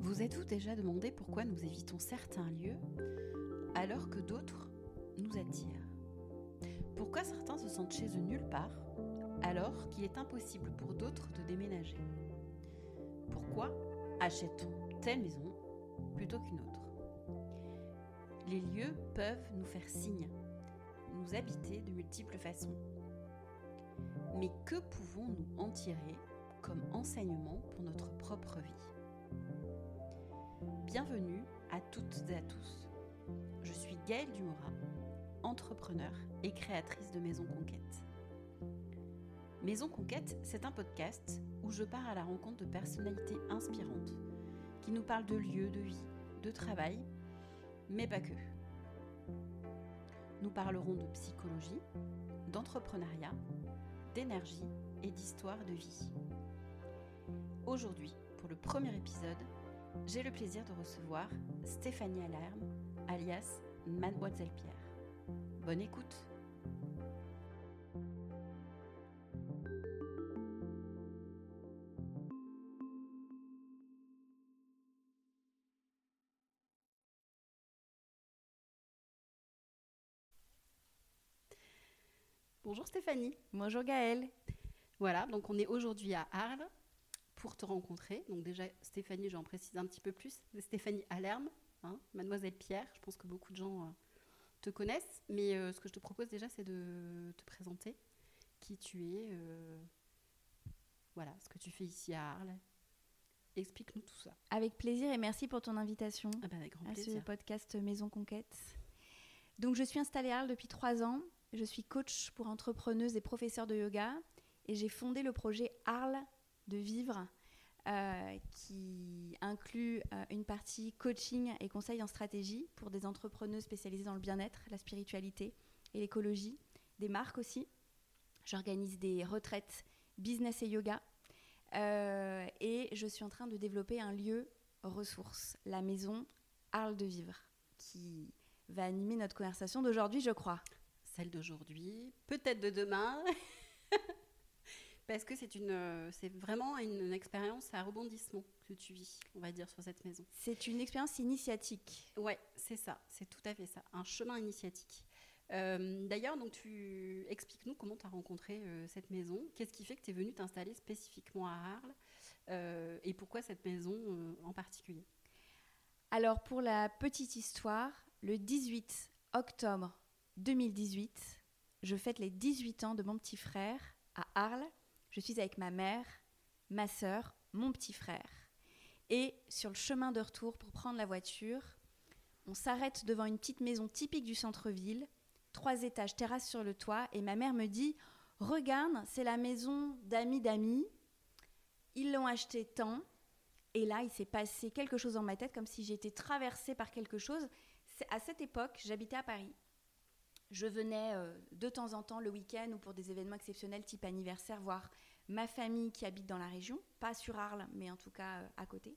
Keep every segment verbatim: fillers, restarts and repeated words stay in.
Vous êtes-vous déjà demandé pourquoi nous évitons certains lieux alors que d'autres nous attirent ? Pourquoi certains se sentent chez eux nulle part alors qu'il est impossible pour d'autres de déménager ? Pourquoi achète-t-on telle maison plutôt qu'une autre ? Les lieux peuvent nous faire signe, nous habiter de multiples façons. Mais que pouvons-nous en tirer comme enseignement pour notre propre vie ? Bienvenue à toutes et à tous. Je suis Gaëlle Dumorat, entrepreneur et créatrice de Maison Conquête. Maison Conquête, c'est un podcast où je pars à la rencontre de personnalités inspirantes qui nous parlent de lieux, de vie, de travail, mais pas que. Nous parlerons de psychologie, d'entrepreneuriat, d'énergie et d'histoire de vie. Aujourd'hui, pour le premier épisode, j'ai le plaisir de recevoir Stéphanie Allerme, alias Mademoiselle Pierre. Bonne écoute. Bonjour Stéphanie. Bonjour Gaëlle. Voilà, donc on est aujourd'hui à Arles pour te rencontrer. Donc déjà, Stéphanie, j'en précise un petit peu plus. C'est Stéphanie Allerme, hein, Mademoiselle Pierre. Je pense que beaucoup de gens euh, te connaissent. Mais euh, ce que je te propose déjà, c'est de te présenter qui tu es, euh, voilà, ce que tu fais ici à Arles. Explique-nous tout ça. Avec plaisir et merci pour ton invitation Ah ben, avec grand à plaisir. ce podcast Maison Conquête. Donc je suis installée à Arles depuis trois ans. Je suis coach pour entrepreneuses et professeure de yoga. Et j'ai fondé le projet Arles de vivre, euh, qui inclut euh, une partie coaching et conseil en stratégie pour des entrepreneuses spécialisées dans le bien-être, la spiritualité et l'écologie, des marques aussi. J'organise des retraites business et yoga. Euh, et je suis en train de développer un lieu ressource, la maison Arles de vivre, qui va animer notre conversation d'aujourd'hui, je crois. Celle d'aujourd'hui, peut-être de demain. Parce que c'est, une, c'est vraiment une, une expérience à rebondissement que tu vis, on va dire, sur cette maison. C'est une expérience initiatique. Ouais, c'est ça, c'est tout à fait ça, un chemin initiatique. Euh, d'ailleurs, donc tu expliques-nous comment tu as rencontré euh, cette maison. Qu'est-ce qui fait que tu es venue t'installer spécifiquement à Arles euh, et pourquoi cette maison euh, en particulier ? Alors, pour la petite histoire, le dix-huit octobre deux mille dix-huit, je fête les dix-huit ans de mon petit frère à Arles. Je suis avec ma mère, ma sœur, mon petit frère. Et sur le chemin de retour pour prendre la voiture, on s'arrête devant une petite maison typique du centre-ville, trois étages, terrasse sur le toit, et ma mère me dit « Regarde, c'est la maison d'amis d'amis, ils l'ont achetée tant. » Et là, il s'est passé quelque chose dans ma tête, comme si j'étais traversée par quelque chose. C'est, à cette époque, j'habitais à Paris. Je venais euh, de temps en temps le week-end ou pour des événements exceptionnels type anniversaire voir ma famille qui habite dans la région, pas sur Arles, mais en tout cas euh, à côté.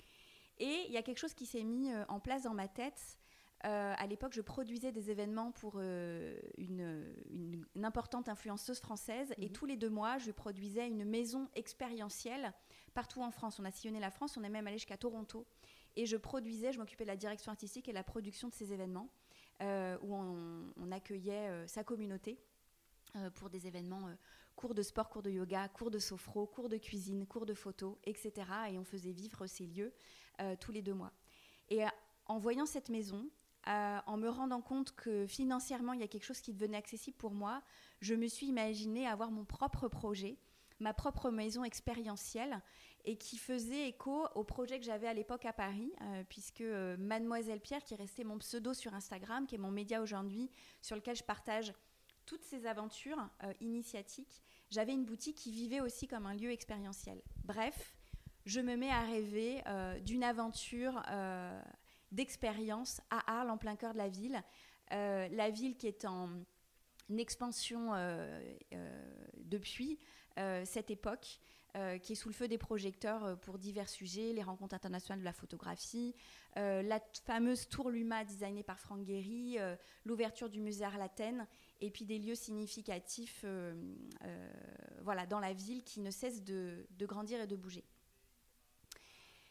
Et il y a quelque chose qui s'est mis euh, en place dans ma tête. Euh, à l'époque, je produisais des événements pour euh, une, une, une importante influenceuse française. Mmh. Et tous les deux mois, je produisais une maison expérientielle partout en France. On a sillonné la France, on est même allé jusqu'à Toronto. Et je produisais, je m'occupais de la direction artistique et de la production de ces événements. Euh, où on, on accueillait euh, sa communauté euh, pour des événements, euh, cours de sport, cours de yoga, cours de sophro, cours de cuisine, cours de photo, et cetera. Et on faisait vivre ces lieux euh, tous les deux mois. Et euh, en voyant cette maison, euh, en me rendant compte que financièrement, il y a quelque chose qui devenait accessible pour moi, je me suis imaginée avoir mon propre projet, ma propre maison expérientielle, et qui faisait écho au projet que j'avais à l'époque à Paris, euh, puisque euh, Mademoiselle Pierre, qui est resté mon pseudo sur Instagram, qui est mon média aujourd'hui, sur lequel je partage toutes ces aventures euh, initiatiques, j'avais une boutique qui vivait aussi comme un lieu expérientiel. Bref, je me mets à rêver euh, d'une aventure euh, d'expérience à Arles, en plein cœur de la ville. Euh, la ville qui est en expansion euh, euh, depuis euh, cette époque, Euh, qui est sous le feu des projecteurs euh, pour divers sujets, les rencontres internationales de la photographie, euh, la t- fameuse Tour Luma designée par Franck Guéry, euh, l'ouverture du musée Arlaten, et puis des lieux significatifs euh, euh, voilà, dans la ville qui ne cessent de, de grandir et de bouger.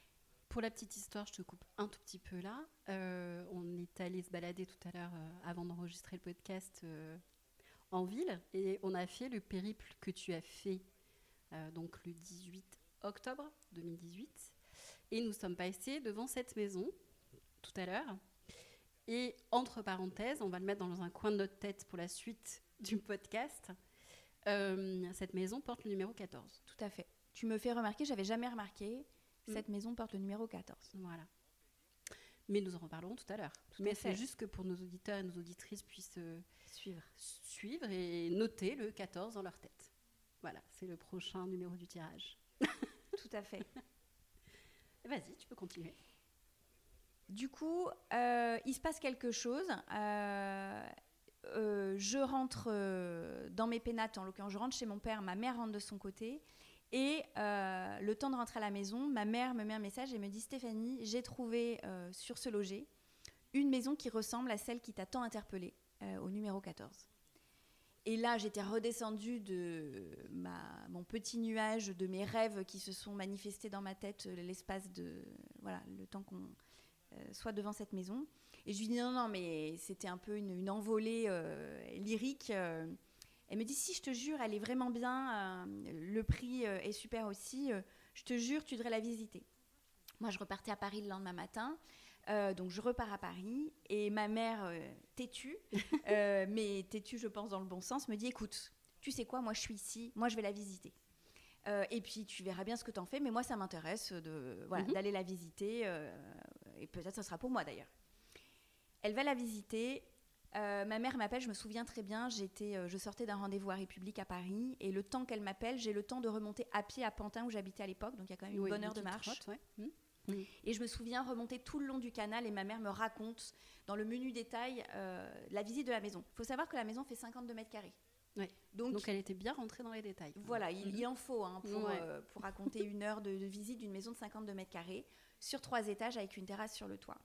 Pour la petite histoire, je te coupe un tout petit peu là. Euh, on est allé se balader tout à l'heure euh, avant d'enregistrer le podcast euh, en ville et on a fait le périple que tu as fait euh, donc le dix-huit octobre deux mille dix-huit et nous sommes passés devant cette maison tout à l'heure. Et entre parenthèses, on va le mettre dans un coin de notre tête pour la suite du podcast. Euh, cette maison porte le numéro quatorze. Tout à fait. Tu me fais remarquer, j'avais jamais remarqué. Cette mmh. maison porte le numéro quatorze. Voilà. Mais nous en reparlerons tout à l'heure. Tout Mais c'est juste que pour nos auditeurs et nos auditrices puissent euh, suivre. suivre et noter le quatorze dans leur tête. Voilà, c'est le prochain numéro du tirage. Tout à fait. Vas-y, tu peux continuer. Du coup, euh, il se passe quelque chose. Euh, euh, je rentre euh, dans mes pénates, en l'occurrence, je rentre chez mon père, ma mère rentre de son côté. Et euh, le temps de rentrer à la maison, ma mère me met un message et me dit « Stéphanie, j'ai trouvé euh, sur ce loger une maison qui ressemble à celle qui t'a tant interpellée, euh, au numéro quatorze. » Et là, j'étais redescendue de ma, mon petit nuage, de mes rêves qui se sont manifestés dans ma tête l'espace de... Voilà, le temps qu'on euh, soit devant cette maison. Et je lui dis « Non, non, mais c'était un peu une, une envolée euh, lyrique. Euh, » Elle me dit, si, je te jure, elle est vraiment bien, euh, le prix euh, est super aussi, euh, je te jure, tu devrais la visiter. Moi, je repartais à Paris le lendemain matin, euh, donc je repars à Paris, et ma mère, euh, têtue, euh, mais têtue, je pense, dans le bon sens, me dit, écoute, tu sais quoi, moi, je suis ici, moi, je vais la visiter. Euh, et puis, tu verras bien ce que t'en fais, mais moi, ça m'intéresse de, voilà, mm-hmm. d'aller la visiter, euh, et peut-être ça sera pour moi, d'ailleurs. Elle va la visiter. Euh, ma mère m'appelle, je me souviens très bien, j'étais, euh, je sortais d'un rendez-vous à République à Paris et le temps qu'elle m'appelle, j'ai le temps de remonter à pied à Pantin où j'habitais à l'époque, donc il y a quand même une oui, bonne heure de marche. Trotte, ouais. mmh. Mmh. Et je me souviens remonter tout le long du canal et ma mère me raconte dans le menu détail euh, la visite de la maison. Il faut savoir que la maison fait cinquante-deux mètres carrés. Ouais. Donc, donc elle était bien rentrée dans les détails. Voilà, il, mmh. il en faut hein, pour, ouais. euh, pour raconter une heure de, de visite d'une maison de cinquante-deux mètres carrés sur trois étages avec une terrasse sur le toit.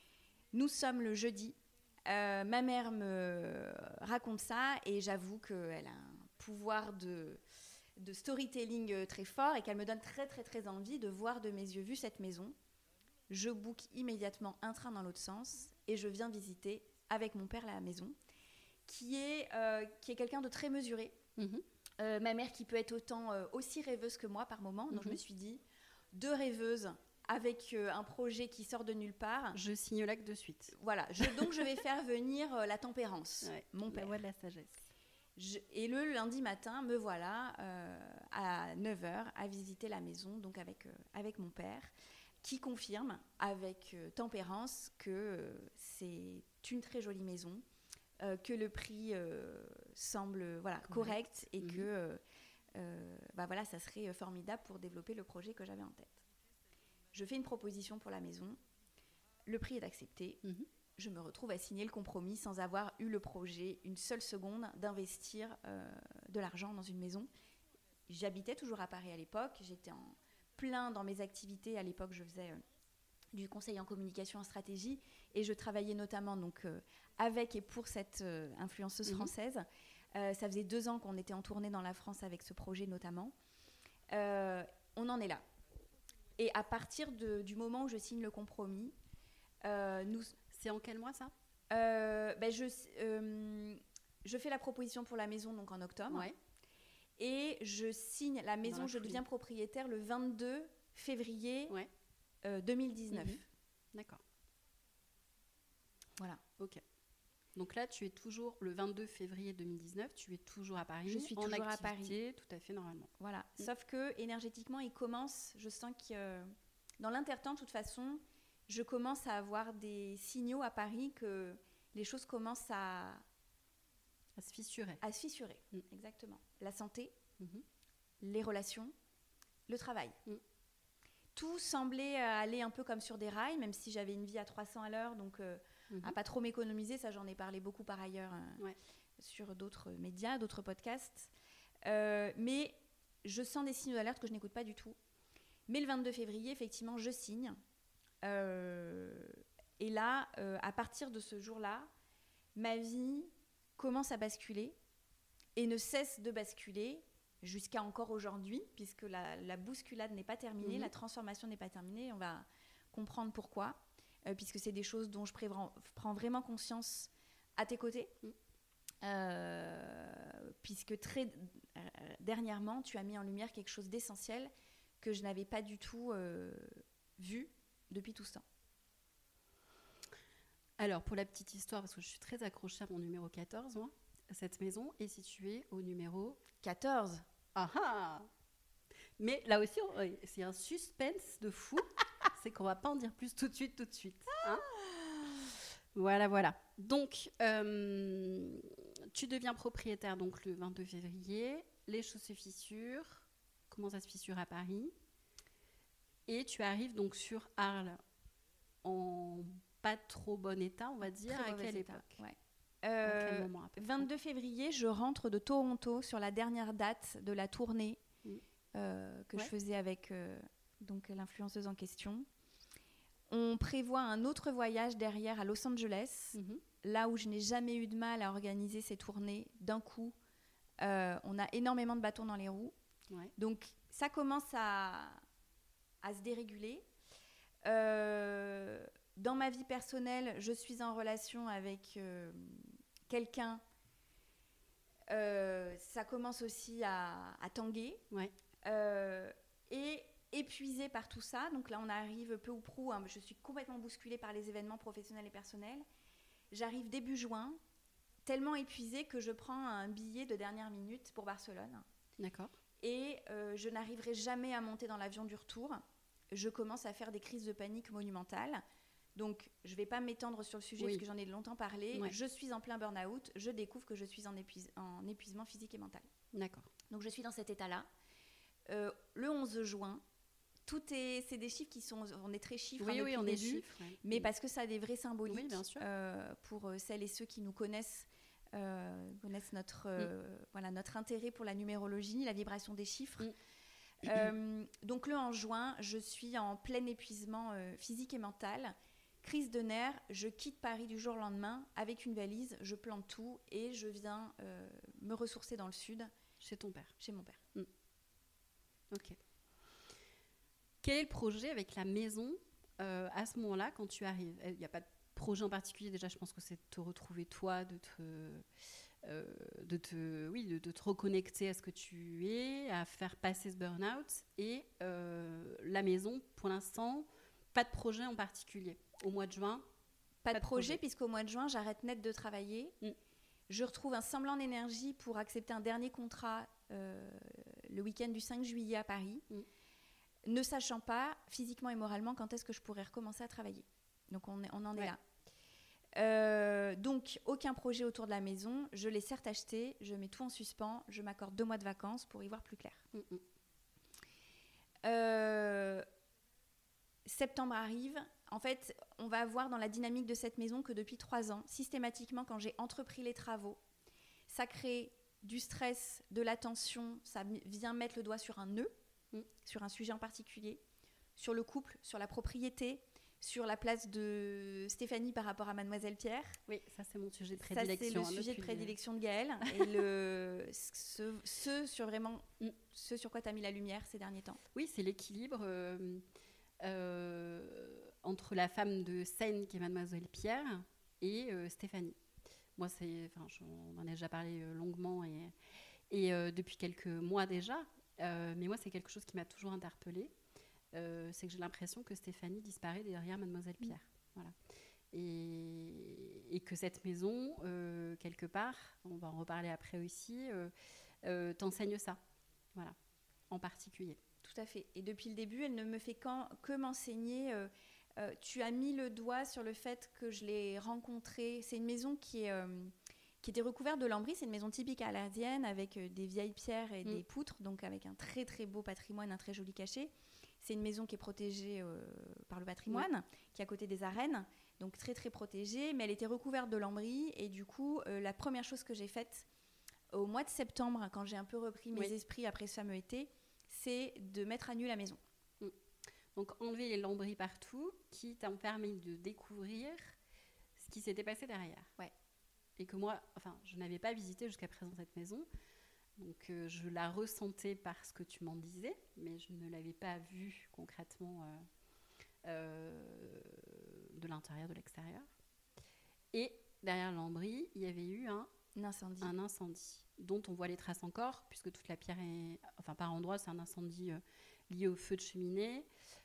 Nous sommes le jeudi. Euh, ma mère me raconte ça et j'avoue qu'elle a un pouvoir de, de storytelling très fort et qu'elle me donne très très très envie de voir de mes yeux vus cette maison. Je book immédiatement un train dans l'autre sens et je viens visiter avec mon père la maison qui est, euh, qui est quelqu'un de très mesuré. Mmh. Euh, ma mère qui peut être autant euh, aussi rêveuse que moi par moment, donc mmh. je me suis dit deux rêveuses avec euh, un projet qui sort de nulle part. Je signe l'acte de suite. Voilà, je, donc je vais faire venir euh, la tempérance, ouais, mon père. La voix de la sagesse. Je, et le lundi matin, me voilà euh, à neuf heures à visiter la maison, donc avec, euh, avec mon père, qui confirme avec euh, tempérance que euh, c'est une très jolie maison, euh, que le prix euh, semble voilà, correct, correct et mmh. que euh, euh, bah, voilà, ça serait formidable pour développer le projet que j'avais en tête. Je fais une proposition pour la maison, le prix est accepté, mmh. je me retrouve à signer le compromis sans avoir eu le projet une seule seconde d'investir euh, de l'argent dans une maison. J'habitais toujours à Paris à l'époque, j'étais en plein dans mes activités. À l'époque, je faisais euh, du conseil en communication, en stratégie et je travaillais notamment donc, euh, avec et pour cette euh, influenceuse mmh. française. Euh, ça faisait deux ans qu'on était en tournée dans la France avec ce projet notamment. Euh, on en est là. Et à partir de, du moment où je signe le compromis, euh, nous... C'est en quel mois ça euh, ben je, euh, je fais la proposition pour la maison donc en octobre. Ouais. Et je signe la maison, la je deviens propriétaire le vingt-deux février ouais. euh, deux mille dix-neuf. Mmh. D'accord. Voilà. Ok. Donc là, tu es toujours, le vingt-deux février deux mille dix-neuf, tu es toujours à Paris. Je suis en toujours activité, à Paris. Tout à fait normalement. Voilà. Mmh. Sauf que énergétiquement, il commence, je sens que euh, dans l'intertemps, de toute façon, je commence à avoir des signaux à Paris que les choses commencent à... À se fissurer. À se fissurer, mmh. exactement. La santé, mmh. les relations, le travail. Mmh. Tout semblait aller un peu comme sur des rails, même si j'avais une vie à trois cents à l'heure, donc... Euh, Mmh. à pas trop m'économiser, ça j'en ai parlé beaucoup par ailleurs euh, ouais. sur d'autres médias, d'autres podcasts. Euh, mais je sens des signaux d'alerte que je n'écoute pas du tout. Mais le vingt-deux février, effectivement, je signe. Euh, et là, euh, à partir de ce jour-là, ma vie commence à basculer et ne cesse de basculer jusqu'à encore aujourd'hui, puisque la, la bousculade n'est pas terminée, mmh. la transformation n'est pas terminée. On va... comprendre pourquoi, euh, puisque c'est des choses dont je prévra- prends vraiment conscience à tes côtés. Mmh. Euh, puisque très euh, dernièrement, tu as mis en lumière quelque chose d'essentiel que je n'avais pas du tout euh, vu depuis tout ce temps. Alors, pour la petite histoire, parce que je suis très accrochée à mon numéro quatorze, moi, cette maison est située au numéro quatorze. Ah ah. Mais là aussi, on, c'est un suspense de fou. C'est qu'on va pas en dire plus tout de suite, tout de suite. Hein. Voilà, voilà. Donc, euh, tu deviens propriétaire donc, le vingt-deux février. Les choses se fissurent. Comment ça se fissure à Paris? Et tu arrives donc sur Arles en pas trop bon état, on va dire. Très à quelle état, époque? Ouais. Euh, à quel moment à peu près? vingt-deux février, je rentre de Toronto sur la dernière date de la tournée mmh. euh, que ouais. je faisais avec euh, donc, l'influenceuse en question. On prévoit un autre voyage derrière à Los Angeles, mmh. là où je n'ai jamais eu de mal à organiser ces tournées d'un coup. Euh, on a énormément de bâtons dans les roues. Ouais. Donc, ça commence à, à se déréguler. Euh, dans ma vie personnelle, je suis en relation avec euh, quelqu'un. Euh, ça commence aussi à, à tanguer. Ouais. Euh, et épuisée par tout ça. Donc là, on arrive peu ou prou. Hein, je suis complètement bousculée par les événements professionnels et personnels. J'arrive début juin, tellement épuisée que je prends un billet de dernière minute pour Barcelone. D'accord. Et euh, je n'arriverai jamais à monter dans l'avion du retour. Je commence à faire des crises de panique monumentales. Donc, je ne vais pas m'étendre sur le sujet oui. parce que j'en ai longtemps parlé. Ouais. Je suis en plein burn-out. Je découvre que je suis en, épuis- en épuisement physique et mental. D'accord. Donc, je suis dans cet état-là. Euh, le onze juin, tout est, c'est des chiffres qui sont... On est très chiffres oui, hein, oui, depuis on le est début. chiffres, ouais. Mais parce que ça a des vrais symboliques. Oui, bien sûr. Euh, pour celles et ceux qui nous connaissent, euh, connaissent notre, euh, mm. voilà, notre intérêt pour la numérologie, la vibration des chiffres. Mm. Euh, donc, le onze juin, je suis en plein épuisement euh, physique et mental. Crise de nerfs, je quitte Paris du jour au lendemain avec une valise, je plante tout et je viens euh, me ressourcer dans le sud. Chez ton père. Chez mon père. Mm. Ok. Quel est le projet avec la maison euh, à ce moment-là quand tu arrives? Il n'y a pas de projet en particulier, déjà je pense que c'est de te retrouver toi, de te, euh, de te, oui, de, de te reconnecter à ce que tu es, à faire passer ce burn-out. Et euh, la maison, pour l'instant, pas de projet en particulier. Au mois de juin, pas, pas de, de projet, projet, puisqu'au mois de juin, j'arrête net de travailler. Mm. Je retrouve un semblant d'énergie pour accepter un dernier contrat euh, le week-end du cinq juillet à Paris, mm. ne sachant pas, physiquement et moralement, quand est-ce que je pourrais recommencer à travailler. Donc, on, est, on en ouais. est là. Euh, donc, aucun projet autour de la maison. Je l'ai certes acheté, je mets tout en suspens, je m'accorde deux mois de vacances pour y voir plus clair. Mm-hmm. Euh, septembre arrive. En fait, on va voir dans la dynamique de cette maison que depuis trois ans, systématiquement, quand j'ai entrepris les travaux, ça crée du stress, de la tension, ça vient mettre le doigt sur un nœud, mm. sur un sujet en particulier, sur le couple, sur la propriété, sur la place de Stéphanie par rapport à Mademoiselle Pierre. Oui, ça c'est mon sujet de prédilection. Ça c'est le sujet de prédilection de Gaëlle. Et le, ce, ce, sur vraiment, mm. ce sur quoi tu as mis la lumière ces derniers temps. Oui, c'est l'équilibre euh, euh, entre la femme de scène qui est Mademoiselle Pierre et euh, Stéphanie. Moi, c'est, enfin, on en a déjà parlé euh, longuement et, et euh, depuis quelques mois déjà. Euh, mais moi, c'est quelque chose qui m'a toujours interpellée. Euh, c'est que j'ai l'impression que Stéphanie disparaît derrière Mademoiselle Pierre. Mmh. Voilà. Et, et que cette maison, euh, quelque part, on va en reparler après aussi, euh, euh, t'enseigne ça. Voilà, en particulier. Tout à fait. Et depuis le début, elle ne me fait qu'en, que m'enseigner. Euh, euh, tu as mis le doigt sur le fait que je l'ai rencontrée. C'est une maison qui est... Euh, qui était recouverte de lambris. C'est une maison typique alardienne avec euh, des vieilles pierres et mmh. des poutres, donc avec un très très beau patrimoine, un très joli cachet. C'est une maison qui est protégée euh, par le patrimoine, mmh. qui est à côté des arènes, donc très très protégée, mais elle était recouverte de lambris. Et du coup, euh, la première chose que j'ai faite au mois de septembre, quand j'ai un peu repris mes oui. esprits après ce fameux été, c'est de mettre à nu la maison. Mmh. Donc enlever les lambris partout, qui t'ont permis de découvrir ce qui s'était passé derrière. Ouais. Et que moi, enfin, je n'avais pas visité jusqu'à présent cette maison. Donc, euh, je la ressentais parce que tu m'en disais, mais je ne l'avais pas vue concrètement euh, de l'intérieur, de l'extérieur. Et derrière le lambris, il y avait eu un, un incendie. un incendie, dont on voit les traces encore, puisque toute la pierre est... Enfin, par endroits, c'est un incendie euh, lié au feu de cheminée.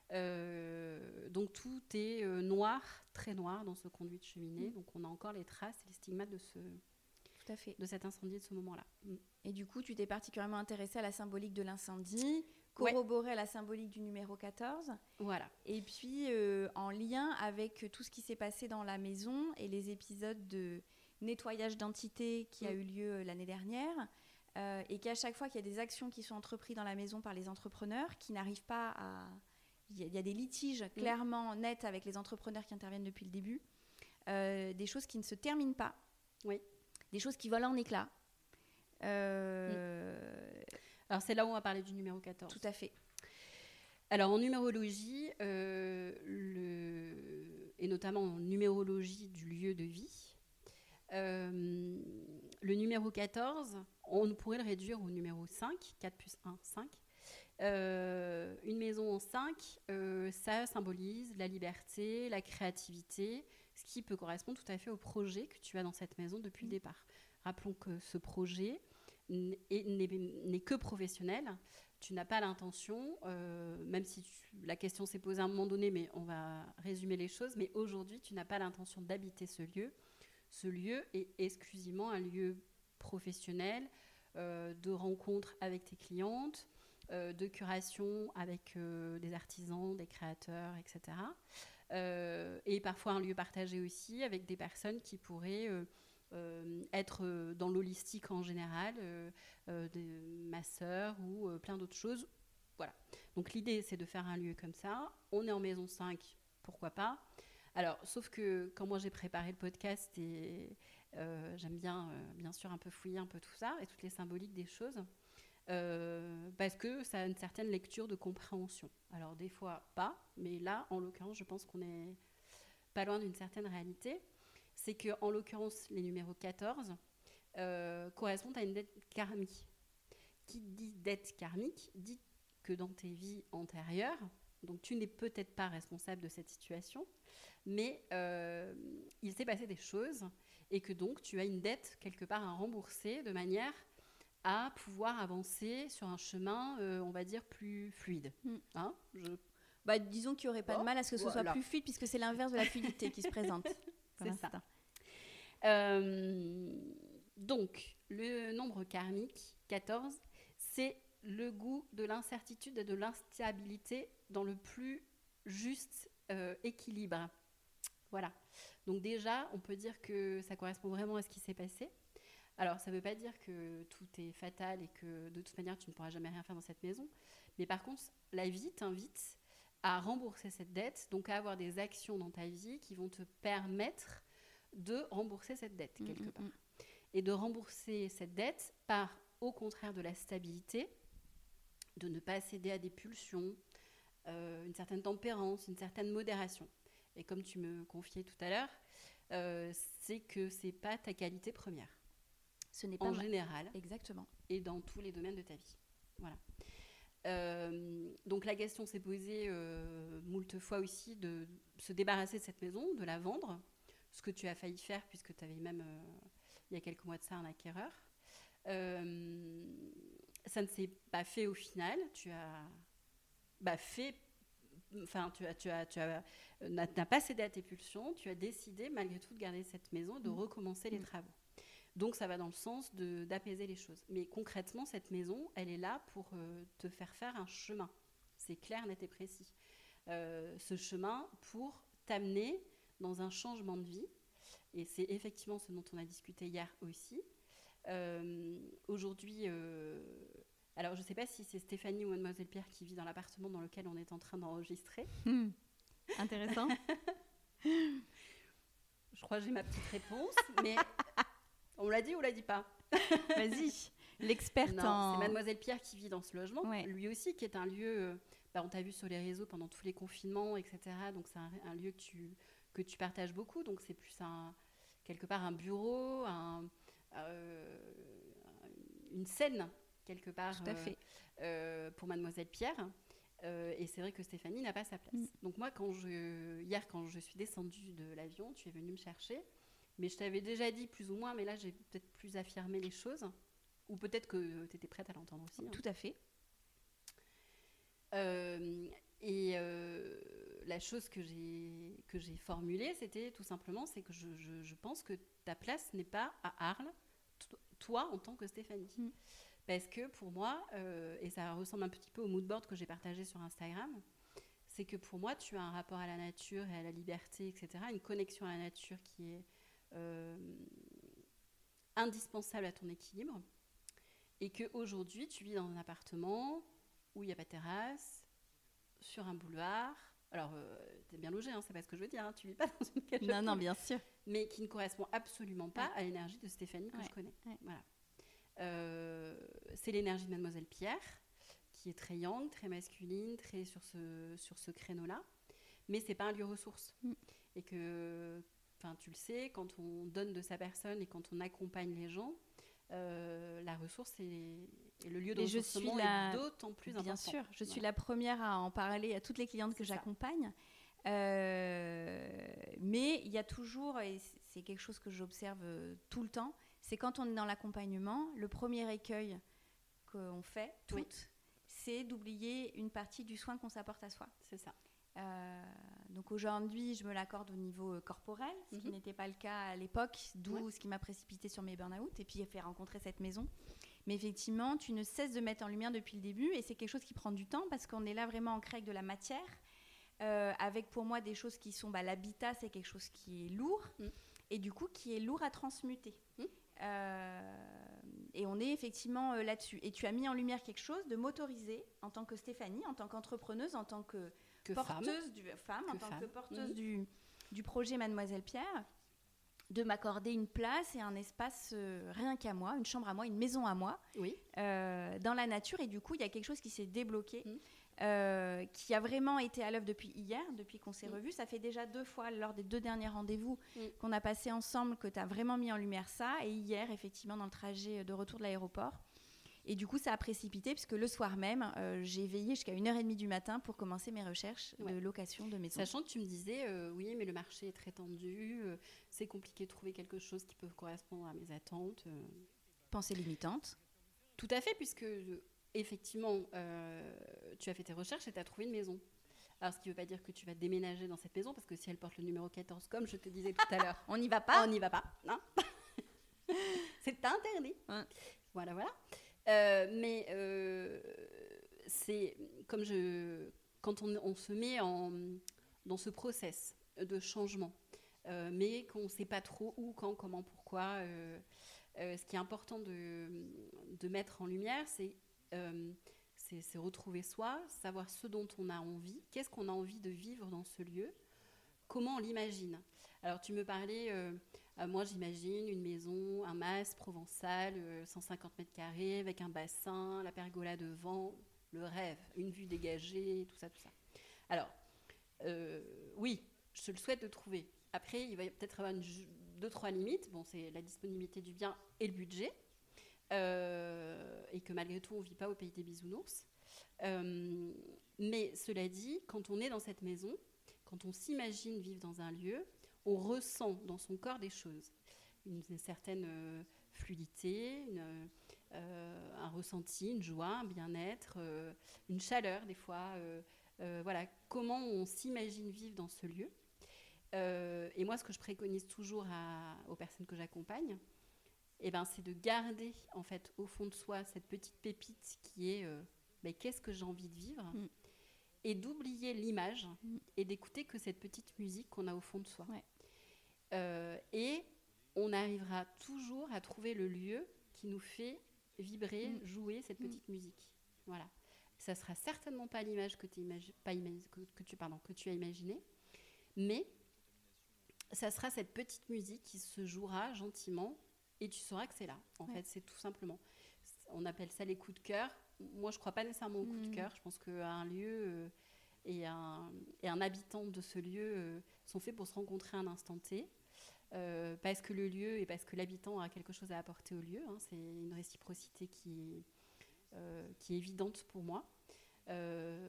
Euh, donc, tout est euh, noir, très noir dans ce conduit de cheminée. Mmh. Donc, on a encore les traces et les stigmates de, ce, Tout à fait. de cet incendie de ce moment-là. Mmh. Et du coup, tu t'es particulièrement intéressée à la symbolique de l'incendie, corroborée ouais. à la symbolique du numéro quatorze. Voilà. Et puis, euh, en lien avec tout ce qui s'est passé dans la maison et les épisodes de nettoyage d'entités qui mmh. a eu lieu l'année dernière, euh, et qu'à chaque fois qu'il y a des actions qui sont entreprises dans la maison par les entrepreneurs, qui n'arrivent pas à... Il y, a, il y a des litiges clairement mmh. nets avec les entrepreneurs qui interviennent depuis le début, euh, des choses qui ne se terminent pas, oui. des choses qui volent en éclats. Euh... Mmh. Alors, c'est là où on va parler du numéro quatorze. Tout à fait. Alors, en numérologie, euh, le... et notamment en numérologie du lieu de vie, euh, le numéro quatorze, on pourrait le réduire au numéro cinq, quatre plus un, cinq. Euh, une maison en cinq, euh, ça symbolise la liberté, la créativité, ce qui peut correspondre tout à fait au projet que tu as dans cette maison depuis mmh. le départ. Rappelons que ce projet n'est, n'est, n'est que professionnel. Tu n'as pas l'intention, euh, même si tu, la question s'est posée à un moment donné, mais on va résumer les choses, mais aujourd'hui, tu n'as pas l'intention d'habiter ce lieu. Ce lieu est exclusivement un lieu professionnel, euh, de rencontre avec tes clientes, euh, de curation avec euh, des artisans, des créateurs, et cetera. Euh, et parfois un lieu partagé aussi avec des personnes qui pourraient... Euh, Euh, être euh, dans l'holistique en général, euh, euh, de masseurs ou euh, plein d'autres choses. Voilà. Donc l'idée, c'est de faire un lieu comme ça. On est en maison cinq, pourquoi pas. Alors, sauf que quand moi j'ai préparé le podcast, et euh, j'aime bien, euh, bien sûr, un peu fouiller un peu tout ça et toutes les symboliques des choses, euh, parce que ça a une certaine lecture de compréhension. Alors des fois pas, mais là, en l'occurrence, je pense qu'on est pas loin d'une certaine réalité. C'est qu'en l'occurrence, les numéros quatorze euh, correspondent à une dette karmique. Qui dit dette karmique dit que dans tes vies antérieures, donc tu n'es peut-être pas responsable de cette situation, mais euh, il s'est passé des choses et que donc tu as une dette quelque part à rembourser de manière à pouvoir avancer sur un chemin, euh, on va dire, plus fluide. Mm. Hein Je... bah, disons qu'il n'y aurait pas oh, de mal à ce que ce voilà. soit plus fluide puisque c'est l'inverse de la fluidité qui se présente. C'est ça. Euh, donc, le nombre karmique, quatorze, c'est le goût de l'incertitude et de l'instabilité dans le plus juste euh, équilibre. Voilà. Donc déjà, on peut dire que ça correspond vraiment à ce qui s'est passé. Alors, ça ne veut pas dire que tout est fatal et que de toute manière, tu ne pourras jamais rien faire dans cette maison. Mais par contre, la vie t'invite à rembourser cette dette, donc à avoir des actions dans ta vie qui vont te permettre de rembourser cette dette quelque mmh, part. Mmh. Et de rembourser cette dette par, au contraire, de la stabilité, de ne pas céder à des pulsions, euh, une certaine tempérance, une certaine modération. Et comme tu me confiais tout à l'heure, euh, c'est que ce n'est pas ta qualité première. Ce n'est pas en ma... général. Exactement. Et dans tous les domaines de ta vie. Voilà. Euh, donc la question s'est posée euh, moult fois aussi de se débarrasser de cette maison, de la vendre, ce que tu as failli faire puisque tu avais même, euh, il y a quelques mois de ça, un acquéreur. Euh, ça ne s'est pas fait au final. Tu as bah, fait, enfin, tu as, tu as, tu as, n'as, n'as pas cédé à tes pulsions. Tu as décidé malgré tout de garder cette maison et de mmh. recommencer les mmh. travaux. Donc ça va dans le sens de, d'apaiser les choses. Mais concrètement, cette maison, elle est là pour euh, te faire faire un chemin. C'est clair, net et précis. Euh, ce chemin pour t'amener dans un changement de vie. Et c'est effectivement ce dont on a discuté hier aussi. Euh, aujourd'hui, euh, alors je ne sais pas si c'est Stéphanie ou Mademoiselle Pierre qui vit dans l'appartement dans lequel on est en train d'enregistrer. Mmh. Intéressant. Je crois que j'ai ma petite réponse, mais on l'a dit ou on l'a dit pas? Vas-y, l'experte non, en... c'est Mademoiselle Pierre qui vit dans ce logement, ouais. Lui aussi qui est un lieu, euh, bah, on t'a vu sur les réseaux pendant tous les confinements, et cetera. Donc c'est un, un lieu que tu, que tu partages beaucoup, donc c'est plus un, quelque part un bureau, un, euh, une scène quelque part Tout à fait. Euh, euh, pour Mademoiselle Pierre. Euh, et c'est vrai que Stéphanie n'a pas sa place. Mm. Donc moi, quand je, hier, quand je suis descendue de l'avion, tu es venue me chercher. Mais je t'avais déjà dit plus ou moins, mais là, j'ai peut-être plus affirmé les choses. Ou peut-être que tu étais prête à l'entendre aussi. Tout hein. à fait. Euh, et euh, la chose que j'ai, que j'ai formulée, c'était tout simplement, c'est que je, je, je pense que ta place n'est pas à Arles, t- toi en tant que Stéphanie. Mm. Parce que pour moi, euh, et ça ressemble un petit peu au mood board que j'ai partagé sur Instagram, c'est que pour moi, tu as un rapport à la nature et à la liberté, et cetera, une connexion à la nature qui est euh, indispensable à ton équilibre. Et qu'aujourd'hui, tu vis dans un appartement où il n'y a pas de terrasse, sur un boulevard. Alors, euh, t'es bien logé, hein, c'est pas ce que je veux dire, hein, tu vis pas dans une cage. Non, non, bien sûr. Mais qui ne correspond absolument pas ouais. à l'énergie de Stéphanie que ouais. je connais. Ouais. Voilà. Euh, c'est l'énergie de Mademoiselle Pierre, qui est très yang, très masculine, très sur ce, sur ce créneau-là. Mais c'est pas un lieu ressource. Mm. Et que, enfin, tu le sais, quand on donne de sa personne et quand on accompagne les gens, euh, la ressource est, est le lieu de et ressourcement la... est d'autant plus important. Bien sûr, je suis voilà. la première à en parler à toutes les clientes que c'est j'accompagne. Euh, mais il y a toujours, et c'est quelque chose que j'observe tout le temps, c'est quand on est dans l'accompagnement, le premier écueil qu'on fait, toutes, oui. c'est d'oublier une partie du soin qu'on s'apporte à soi. C'est ça. Euh, donc aujourd'hui, je me l'accorde au niveau corporel, ce mm-hmm. qui n'était pas le cas à l'époque, d'où ouais. ce qui m'a précipité sur mes burn-out et puis fait rencontrer cette maison. Mais effectivement, tu ne cesses de mettre en lumière depuis le début et c'est quelque chose qui prend du temps parce qu'on est là vraiment ancré avec de la matière, euh, avec pour moi des choses qui sont, bah, l'habitat, c'est quelque chose qui est lourd mm. et du coup qui est lourd à transmuter. Mm. Euh, et on est effectivement euh, là-dessus. Et tu as mis en lumière quelque chose de m'autoriser en tant que Stéphanie, en tant qu'entrepreneuse, en tant que Que porteuse femme, du, femme que en tant femme. que porteuse mmh. du, du projet Mademoiselle Pierre, de m'accorder une place et un espace euh, rien qu'à moi, une chambre à moi, une maison à moi, oui. euh, dans la nature. Et du coup, il y a quelque chose qui s'est débloqué, mmh. euh, qui a vraiment été à l'œuvre depuis hier, depuis qu'on s'est mmh. revus. Ça fait déjà deux fois, lors des deux derniers rendez-vous mmh. qu'on a passé ensemble, que tu as vraiment mis en lumière ça. Et hier, effectivement, dans le trajet de retour de l'aéroport. Et du coup, ça a précipité, puisque le soir même, euh, j'ai veillé jusqu'à une heure trente du matin pour commencer mes recherches ouais. de location de maison. Sachant que tu me disais, euh, oui, mais le marché est très tendu, euh, c'est compliqué de trouver quelque chose qui peut correspondre à mes attentes. Euh. Pensée limitante. Tout à fait, puisque, euh, effectivement, euh, tu as fait tes recherches et tu as trouvé une maison. Alors, ce qui ne veut pas dire que tu vas déménager dans cette maison, parce que si elle porte le numéro quatorze, comme je te disais tout à l'heure... On n'y va pas On n'y va pas, non. C'est interdit. Ouais. Voilà, voilà. Euh, mais euh, c'est comme je, quand on, on se met en, dans ce process de changement, euh, mais qu'on ne sait pas trop où, quand, comment, pourquoi, euh, euh, ce qui est important de, de mettre en lumière, c'est, euh, c'est, c'est retrouver soi, savoir ce dont on a envie, qu'est-ce qu'on a envie de vivre dans ce lieu, comment on l'imagine. Alors tu me parlais... Euh, Euh, moi, j'imagine une maison, un mas provençal, euh, cent cinquante mètres carrés, avec un bassin, la pergola devant, le rêve, une vue dégagée, tout ça, tout ça. Alors, euh, oui, je te le souhaite de trouver. Après, il va peut-être avoir une, deux, trois limites. Bon, c'est la disponibilité du bien et le budget. Euh, et que malgré tout, on ne vit pas au pays des bisounours. Euh, mais cela dit, quand on est dans cette maison, quand on s'imagine vivre dans un lieu, on ressent dans son corps des choses, une, une certaine euh, fluidité, une, euh, un ressenti, une joie, un bien-être, euh, une chaleur des fois. Euh, euh, voilà, comment on s'imagine vivre dans ce lieu. Euh, et moi, ce que je préconise toujours à, aux personnes que j'accompagne, eh ben, c'est de garder en fait au fond de soi cette petite pépite qui est euh, ben, qu'est-ce que j'ai envie de vivre mm. et d'oublier l'image mm. et d'écouter que cette petite musique qu'on a au fond de soi. Ouais. Euh, et on arrivera toujours à trouver le lieu qui nous fait vibrer, mm. jouer cette petite mm. musique. Voilà. Ça sera certainement pas l'image que, imagi- pas imagi- que, que, tu, pardon, que tu as imaginée, mais ça sera cette petite musique qui se jouera gentiment et tu sauras que c'est là. En ouais. fait, c'est tout simplement. On appelle ça les coups de cœur. Moi, je ne crois pas nécessairement aux coups mmh. de cœur. Je pense qu'un lieu euh, et, un, et un habitant de ce lieu euh, sont faits pour se rencontrer à un instant T. Euh, parce que le lieu et parce que l'habitant a quelque chose à apporter au lieu. Hein. C'est une réciprocité qui est, euh, qui est évidente pour moi. Euh,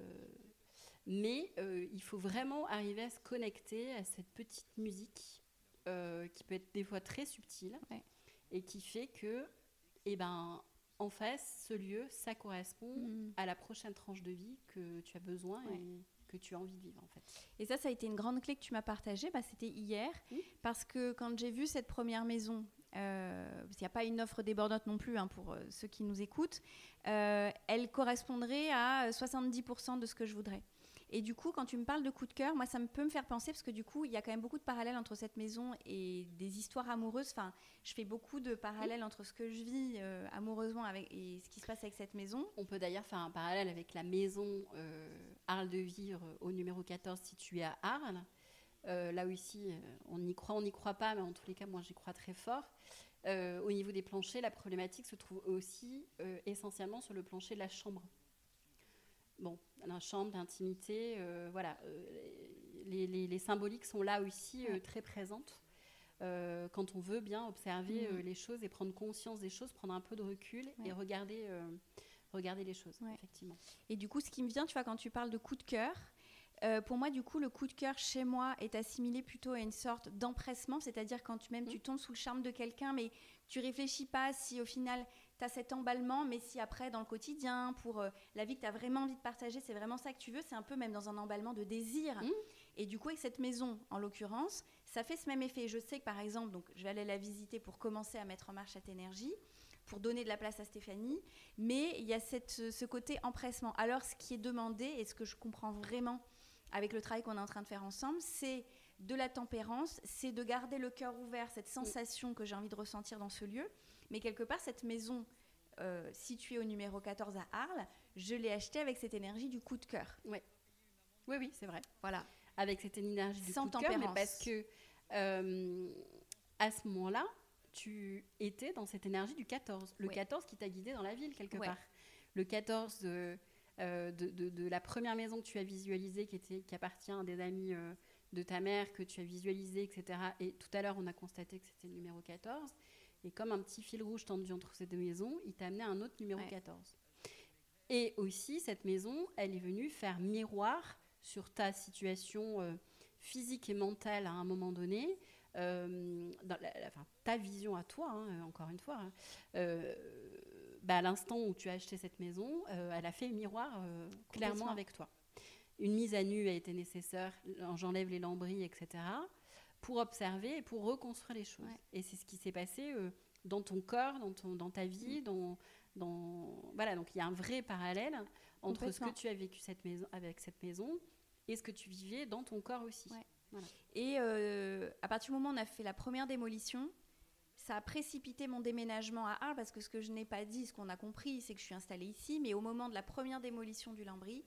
mais euh, il faut vraiment arriver à se connecter à cette petite musique euh, qui peut être des fois très subtile Ouais. et qui fait que, eh ben, en face, ce lieu, ça correspond Mmh. à la prochaine tranche de vie que tu as besoin Ouais. et que tu as envie de vivre, en fait. Et ça, ça a été une grande clé que tu m'as partagée. Bah, c'était hier, Mmh. parce que quand j'ai vu cette première maison, euh, parce qu'il n'y a pas une offre débordante non plus hein, pour euh, ceux qui nous écoutent, euh, elle correspondrait à soixante-dix pour cent de ce que je voudrais. Et du coup, quand tu me parles de coup de cœur, moi, ça me peut me faire penser, parce que du coup, il y a quand même beaucoup de parallèles entre cette maison et des histoires amoureuses. Enfin, je fais beaucoup de parallèles mmh. entre ce que je vis euh, amoureusement avec, et ce qui se passe avec cette maison. On peut d'ailleurs faire un parallèle avec la maison euh, Arles de Vire au numéro quatorze située à Arles. Euh, là aussi, euh, on y croit, on n'y croit pas, mais en tous les cas, moi, j'y crois très fort. Euh, au niveau des planchers, la problématique se trouve aussi euh, essentiellement sur le plancher de la chambre. Bon, la chambre d'intimité, euh, voilà, euh, les, les, les symboliques sont là aussi euh, très présentes. Euh, quand on veut bien observer mmh. euh, les choses et prendre conscience des choses, prendre un peu de recul ouais. et regarder, euh, regarder les choses, ouais. effectivement. Et du coup, ce qui me vient, tu vois, quand tu parles de coup de cœur, euh, pour moi, du coup, le coup de cœur chez moi est assimilé plutôt à une sorte d'empressement, c'est-à-dire quand tu, même mmh. tu tombes sous le charme de quelqu'un, mais tu réfléchis pas si au final tu as cet emballement, mais si après dans le quotidien, pour euh, la vie que tu as vraiment envie de partager, c'est vraiment ça que tu veux, c'est un peu même dans un emballement de désir. Mmh. Et du coup, avec cette maison, en l'occurrence, ça fait ce même effet. Je sais que par exemple, donc, je vais aller la visiter pour commencer à mettre en marche cette énergie, pour donner de la place à Stéphanie, mais il y a cette, ce côté empressement. Alors, ce qui est demandé, et ce que je comprends vraiment avec le travail qu'on est en train de faire ensemble, c'est de la tempérance, c'est de garder le cœur ouvert, cette sensation mmh. que j'ai envie de ressentir dans ce lieu. Mais quelque part, cette maison euh, située au numéro quatorze à Arles, je l'ai achetée avec cette énergie du coup de cœur. Oui, oui, oui, c'est vrai. Voilà. Avec cette énergie du Sans coup de cœur, mais parce que euh, à ce moment-là, tu étais dans cette énergie du quatorze. Le ouais. quatorze qui t'a guidé dans la ville, quelque ouais. part. Le quatorze de, euh, de, de, de la première maison que tu as visualisée, qui, était, qui appartient à des amis euh, de ta mère, que tu as visualisé, et cetera. Et tout à l'heure, on a constaté que c'était le numéro quatorze. Et comme un petit fil rouge tendu entre ces deux maisons, il t'a amené à un autre numéro ouais. quatorze. Et aussi, cette maison, elle est venue faire miroir sur ta situation euh, physique et mentale à un moment donné, euh, dans la, la, enfin, ta vision à toi, hein, encore une fois. Hein, euh, bah, à l'instant où tu as acheté cette maison, euh, elle a fait miroir euh, clairement avec toi. Une mise à nu a été nécessaire, j'enlève les lambris, et cetera, pour observer et pour reconstruire les choses. Ouais. Et c'est ce qui s'est passé euh, dans ton corps, dans, ton, dans ta vie, mmh. dans, dans... Voilà, donc il y a un vrai parallèle entre ce que tu as vécu cette maison, avec cette maison et ce que tu vivais dans ton corps aussi. Ouais. Voilà. Et euh, à partir du moment où on a fait la première démolition, ça a précipité mon déménagement à Arles, parce que ce que je n'ai pas dit, ce qu'on a compris, c'est que je suis installée ici, mais au moment de la première démolition du lambris,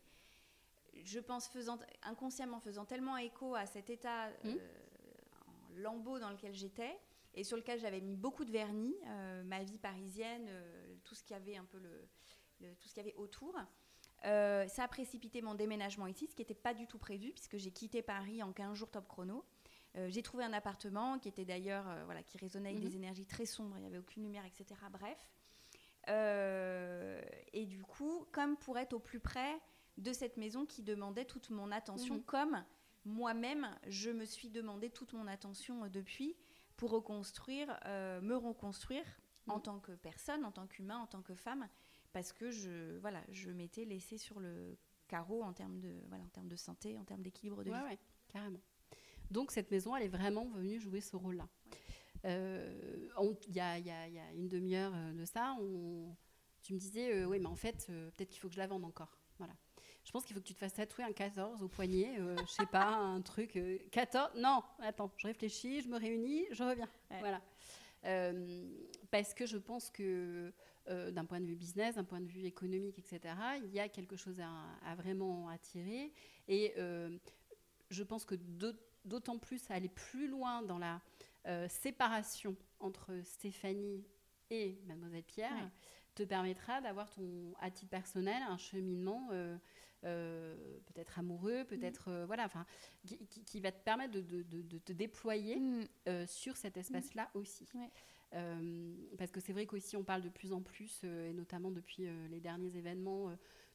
je pense faisant, inconsciemment faisant tellement écho à cet état mmh. euh, en lambeau dans lequel j'étais, et sur lequel j'avais mis beaucoup de vernis, euh, ma vie parisienne, euh, tout ce qu'il y avait un peu le, le, tout ce qu'il y avait autour. Euh, ça a précipité mon déménagement ici, ce qui n'était pas du tout prévu, puisque j'ai quitté Paris en quinze jours top chrono. Euh, j'ai trouvé un appartement qui était d'ailleurs, euh, voilà, qui résonnait avec mmh. des énergies très sombres, il n'y avait aucune lumière, et cetera. Bref. Euh, et du coup, comme pour être au plus près de cette maison qui demandait toute mon attention, mmh. comme moi-même, je me suis demandé toute mon attention euh, depuis, pour reconstruire, euh, me reconstruire mmh. en tant que personne, en tant qu'humain, en tant que femme, parce que je, voilà, je m'étais laissée sur le carreau en termes de, voilà, en termes de santé, en termes d'équilibre de ouais, vie. Ouais, carrément. Donc cette maison, elle est vraiment venue jouer ce rôle-là. Il ouais. euh, y, a, y, a, y a une demi-heure de ça, on, tu me disais, euh, oui, mais en fait, euh, peut-être qu'il faut que je la vende encore. Voilà. Je pense qu'il faut que tu te fasses tatouer un quatorze au poignet, euh, je sais pas, un truc... Euh, quatorze, non, attends, je réfléchis, je me réunis, je reviens. Ouais. Voilà. Euh, parce que je pense que euh, d'un point de vue business, d'un point de vue économique, et cetera, il y a quelque chose à, à vraiment attirer. Et euh, je pense que d'autant plus aller plus loin dans la euh, séparation entre Stéphanie et Mademoiselle Pierre ouais. te permettra d'avoir, ton, à titre personnel, un cheminement euh, euh, peut-être amoureux, peut-être... Mmh. Euh, voilà, enfin, qui, qui, qui va te permettre de, de, de, de te déployer mmh. euh, sur cet espace-là mmh. aussi. Ouais. Euh, parce que c'est vrai qu'aussi, on parle de plus en plus, euh, et notamment depuis euh, les derniers événements, euh,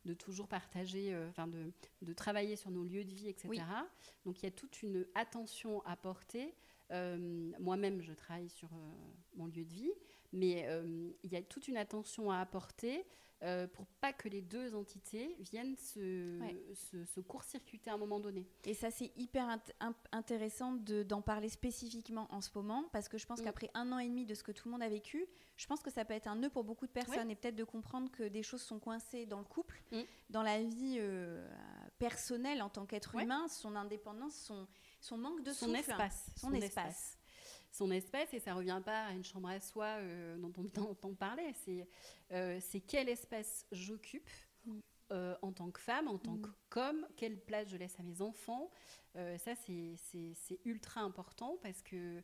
de toujours partager, enfin euh, de, de travailler sur nos lieux de vie, et cetera. Oui. Donc il y a toute une attention à porter. Euh, moi-même, je travaille sur euh, mon lieu de vie, mais euh, il y a toute une attention à apporter euh, pour pas que les deux entités viennent se, ouais. se, se court-circuiter à un moment donné. Et ça, c'est hyper int- intéressant de, d'en parler spécifiquement en ce moment, parce que je pense mmh. qu'après un an et demi de ce que tout le monde a vécu, je pense que ça peut être un nœud pour beaucoup de personnes, ouais. et peut-être de comprendre que des choses sont coincées dans le couple, mmh. dans la vie euh, personnelle en tant qu'être ouais. humain, son indépendance, son, son manque de son souffle, espace, son, son espace. espace. Son espace, et ça ne revient pas à une chambre à soi euh, dont on entend parler, c'est, euh, c'est quel espace j'occupe mmh. euh, en tant que femme, en tant mmh. qu'homme, quelle place je laisse à mes enfants. Euh, ça, c'est, c'est, c'est ultra important parce que,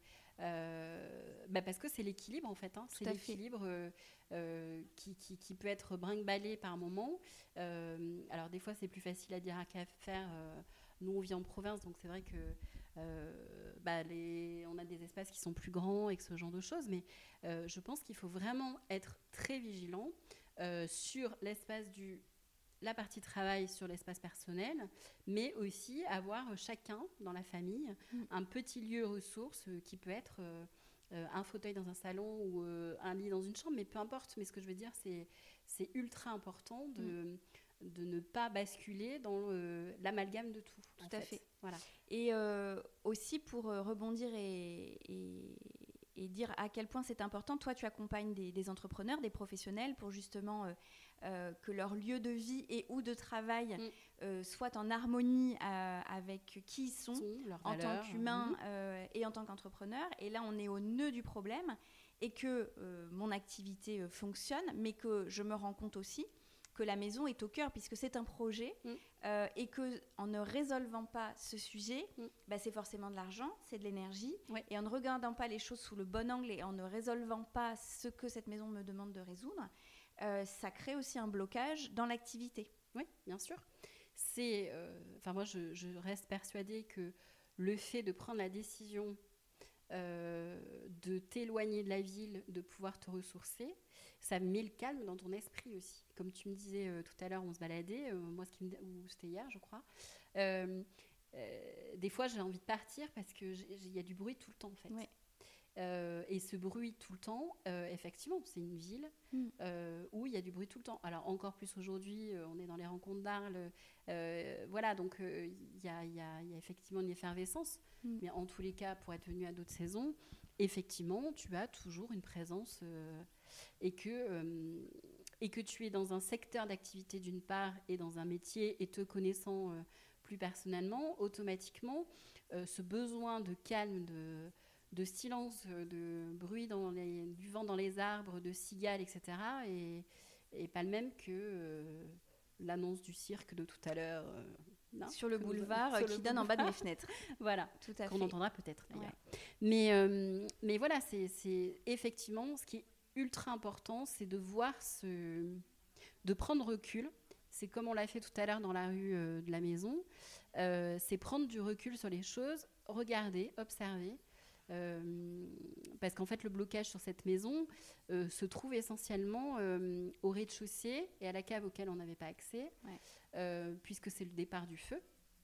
euh, bah parce que c'est l'équilibre, en fait. Hein. C'est l'équilibre euh, euh, qui, qui, qui peut être brinque-ballé par moments. Euh, alors, des fois, c'est plus facile à dire qu'à faire. Euh, nous, on vit en province, donc c'est vrai que Euh, bah les, on a des espaces qui sont plus grands et que ce genre de choses, mais euh, je pense qu'il faut vraiment être très vigilant euh, sur l'espace du la partie travail, sur l'espace personnel, mais aussi avoir chacun dans la famille mmh. un petit lieu ressource euh, qui peut être euh, euh, un fauteuil dans un salon ou euh, un lit dans une chambre, mais peu importe. Mais ce que je veux dire, c'est, c'est ultra important de mmh. de ne pas basculer dans euh, l'amalgame de tout. Tout à fait. fait. Voilà. Et euh, aussi pour euh, rebondir et, et, et dire à quel point c'est important, toi tu accompagnes des, des entrepreneurs, des professionnels pour justement euh, euh, que leur lieu de vie et ou de travail mm. euh, soit en harmonie euh, avec qui ils sont, sont en valeurs, tant qu'humains mm. euh, et en tant qu'entrepreneurs. Et là on est au nœud du problème et que euh, mon activité euh, fonctionne, mais que je me rends compte aussi que la maison est au cœur, puisque c'est un projet, mmh. euh, et qu'en ne résolvant pas ce sujet, mmh. bah, c'est forcément de l'argent, c'est de l'énergie, ouais. et en ne regardant pas les choses sous le bon angle et en ne résolvant pas ce que cette maison me demande de résoudre, euh, ça crée aussi un blocage dans l'activité. Oui, bien sûr. C'est, enfin euh, moi, je, je reste persuadée que le fait de prendre la décision Euh, de t'éloigner de la ville, de pouvoir te ressourcer, ça met le calme dans ton esprit aussi. Comme tu me disais euh, tout à l'heure, on se baladait, euh, moi, ce qui me, ou c'était hier, je crois. Euh, euh, des fois, j'ai envie de partir parce qu'il y a du bruit tout le temps, en fait. Ouais. Euh, et ce bruit tout le temps, euh, effectivement, c'est une ville mm. euh, où il y a du bruit tout le temps. Alors, encore plus aujourd'hui, euh, on est dans les rencontres d'Arles. Euh, voilà, donc il euh, y, y, y a effectivement une effervescence. Mm. Mais en tous les cas, pour être venu à d'autres saisons, effectivement, tu as toujours une présence euh, et, que, euh, et que tu es dans un secteur d'activité d'une part et dans un métier et te connaissant euh, plus personnellement, automatiquement, euh, ce besoin de calme, de... de silence, de bruit, dans les, du vent dans les arbres, de cigales, et cetera, et, et pas le même que euh, l'annonce du cirque de tout à l'heure. Euh, non, sur le boulevard nous, sur qui le donne boulevard. En bas de mes fenêtres. Voilà, tout à qu'on fait. entendra peut-être d'ailleurs. Ouais. Mais, euh, mais voilà, c'est, c'est effectivement ce qui est ultra important, c'est de voir ce... de prendre recul. C'est comme on l'a fait tout à l'heure dans la rue euh, de la maison. Euh, c'est prendre du recul sur les choses, regarder, observer. Euh, parce qu'en fait le blocage sur cette maison euh, se trouve essentiellement euh, au rez-de-chaussée et à la cave auquel on n'avait pas accès, ouais. euh, puisque c'est le départ du feu,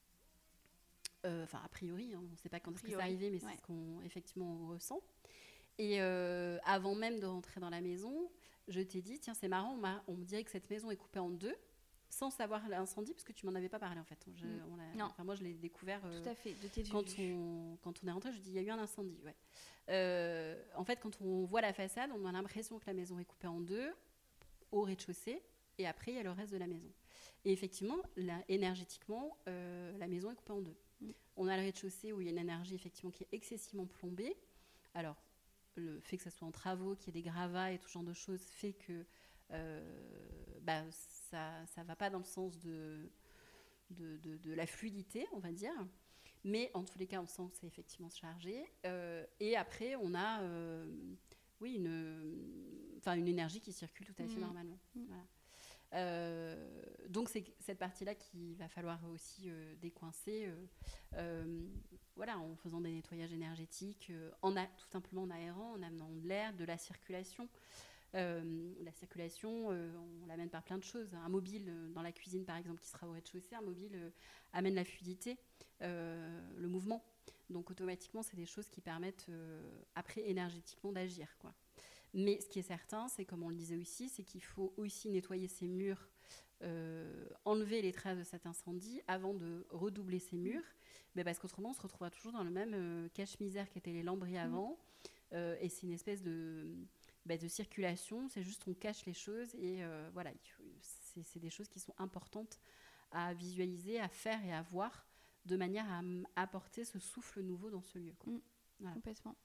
enfin euh, a priori, hein, on ne sait pas quand est-ce que c'est arrivé, mais ouais. c'est ce qu'on effectivement on ressent. Et euh, avant même de rentrer dans la maison, je t'ai dit tiens c'est marrant, on, m'a, on me dirait que cette maison est coupée en deux, sans savoir l'incendie, parce que tu m'en avais pas parlé en fait. Je, mmh. on l'a, non. Enfin, moi je l'ai découvert euh, tout à fait, de tes quand, on, quand on est rentré, je dis il y a eu un incendie. Ouais. Euh, en fait, quand on voit la façade, on a l'impression que la maison est coupée en deux, au rez-de-chaussée, et après il y a le reste de la maison. Et effectivement, là, énergétiquement, euh, la maison est coupée en deux. Mmh. On a le rez-de-chaussée où il y a une énergie effectivement qui est excessivement plombée. Alors, le fait que ça soit en travaux, qu'il y ait des gravats et tout ce genre de choses, fait que Euh, bah, ça ça va pas dans le sens de, de, de, de la fluidité, on va dire, mais en tous les cas on sent que c'est effectivement chargé, euh, et après on a euh, oui une, enfin, une énergie qui circule tout à fait mmh. normalement. Mmh. Voilà. Euh, donc c'est cette partie-là qu'il va falloir aussi euh, décoincer, euh, euh, voilà, en faisant des nettoyages énergétiques, euh, en a, tout simplement en aérant, en amenant de l'air, de la circulation. Euh, la circulation, euh, on l'amène par plein de choses. Un mobile euh, dans la cuisine, par exemple, qui sera au rez-de-chaussée, un mobile euh, amène la fluidité, euh, le mouvement. Donc automatiquement, c'est des choses qui permettent euh, après énergétiquement d'agir, quoi. Mais ce qui est certain, c'est comme on le disait aussi, c'est qu'il faut aussi nettoyer ces murs, euh, enlever les traces de cet incendie avant de redoubler ces murs, mais parce qu'autrement on se retrouvera toujours dans le même euh, cache-misère qu'étaient les lambris avant, euh, et c'est une espèce de, bah, de circulation, c'est juste on cache les choses, et euh, voilà, c'est, c'est des choses qui sont importantes à visualiser, à faire et à voir, de manière à m- apporter ce souffle nouveau dans ce lieu, quoi. Mmh, Voilà. complètement.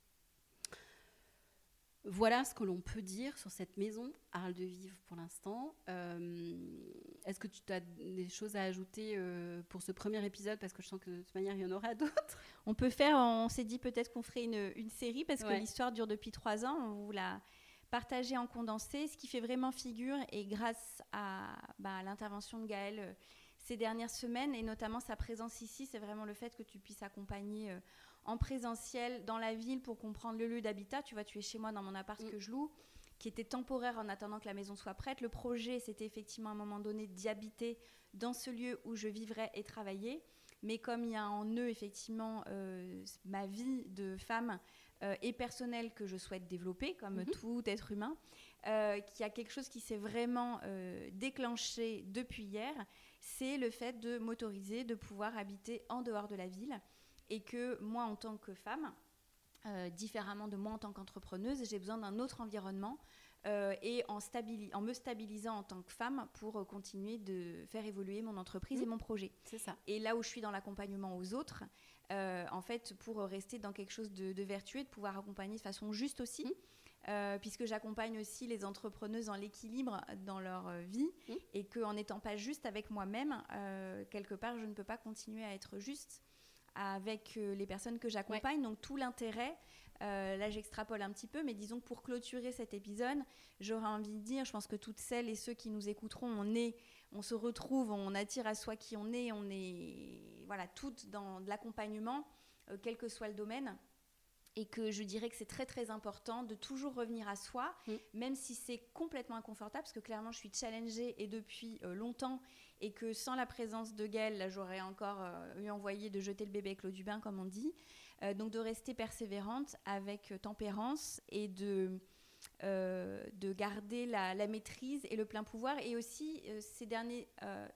Voilà ce que l'on peut dire sur cette maison Arles de Vivre pour l'instant. Euh, est-ce que tu as des choses à ajouter euh, pour ce premier épisode? Parce que je sens que de toute manière, il y en aura d'autres. On peut faire, on s'est dit peut-être qu'on ferait une, une série parce que Ouais. l'histoire dure depuis trois ans. On vous l'a partagée en condensé, ce qui fait vraiment figure. Et grâce à, bah, à l'intervention de Gaëlle euh, ces dernières semaines et notamment sa présence ici, c'est vraiment le fait que tu puisses accompagner euh, en présentiel dans la ville pour comprendre le lieu d'habitat. Tu vois, tu es chez moi dans mon appart mm. que je loue, qui était temporaire en attendant que la maison soit prête. Le projet, c'était effectivement à un moment donné d'y habiter dans ce lieu où je vivrais et travailler. Mais comme il y a en eux, effectivement, euh, ma vie de femme euh, et personnelle que je souhaite développer, comme mm-hmm. tout être humain, euh, qu'il y a quelque chose qui s'est vraiment euh, déclenché depuis hier, c'est le fait de m'autoriser, de pouvoir habiter en dehors de la ville. Et que moi, en tant que femme, euh, différemment de moi en tant qu'entrepreneuse, j'ai besoin d'un autre environnement euh, et en, stabili- en me stabilisant en tant que femme pour euh, continuer de faire évoluer mon entreprise mmh. et mon projet. C'est ça. Et là où je suis dans l'accompagnement aux autres, euh, en fait, pour rester dans quelque chose de, de vertueux et de pouvoir accompagner de façon juste aussi, mmh. Euh, puisque j'accompagne aussi les entrepreneuses dans l'équilibre dans leur euh, vie mmh. et qu'en n'étant pas juste avec moi-même, euh, quelque part, je ne peux pas continuer à être juste avec euh, les personnes que j'accompagne. Ouais. Donc tout l'intérêt, euh, là j'extrapole un petit peu, mais disons que pour clôturer cet épisode, j'aurais envie de dire, je pense que toutes celles et ceux qui nous écouteront, on, est, on se retrouve, on attire à soi qui on est, on est voilà, toutes dans de l'accompagnement, euh, quel que soit le domaine. Et que je dirais que c'est très très important de toujours revenir à soi, mmh. même si c'est complètement inconfortable, parce que clairement je suis challengée et depuis euh, longtemps, et que sans la présence de Gaëlle, là, j'aurais encore euh, eu envoyé de jeter le bébé avec l'eau du bain, comme on dit. Euh, donc de rester persévérante avec euh, tempérance et de, euh, de garder la, la maîtrise et le plein pouvoir. Et aussi, euh, ces derniers... Euh,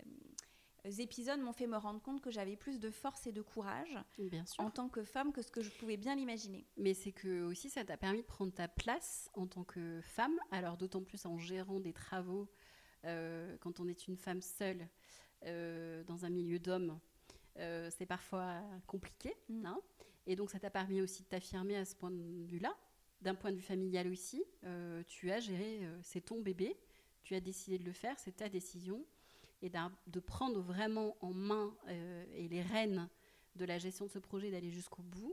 épisodes m'ont fait me rendre compte que j'avais plus de force et de courage bien sûr. En tant que femme que ce que je pouvais bien l'imaginer. Mais c'est que aussi ça t'a permis de prendre ta place en tant que femme, alors d'autant plus en gérant des travaux euh, quand on est une femme seule euh, dans un milieu d'hommes, euh, c'est parfois compliqué. Mm. Hein, et donc ça t'a permis aussi de t'affirmer à ce point de vue-là. D'un point de vue familial aussi, euh, tu as géré, euh, c'est ton bébé, tu as décidé de le faire, c'est ta décision. Et de prendre vraiment en main euh, et les rênes de la gestion de ce projet, d'aller jusqu'au bout,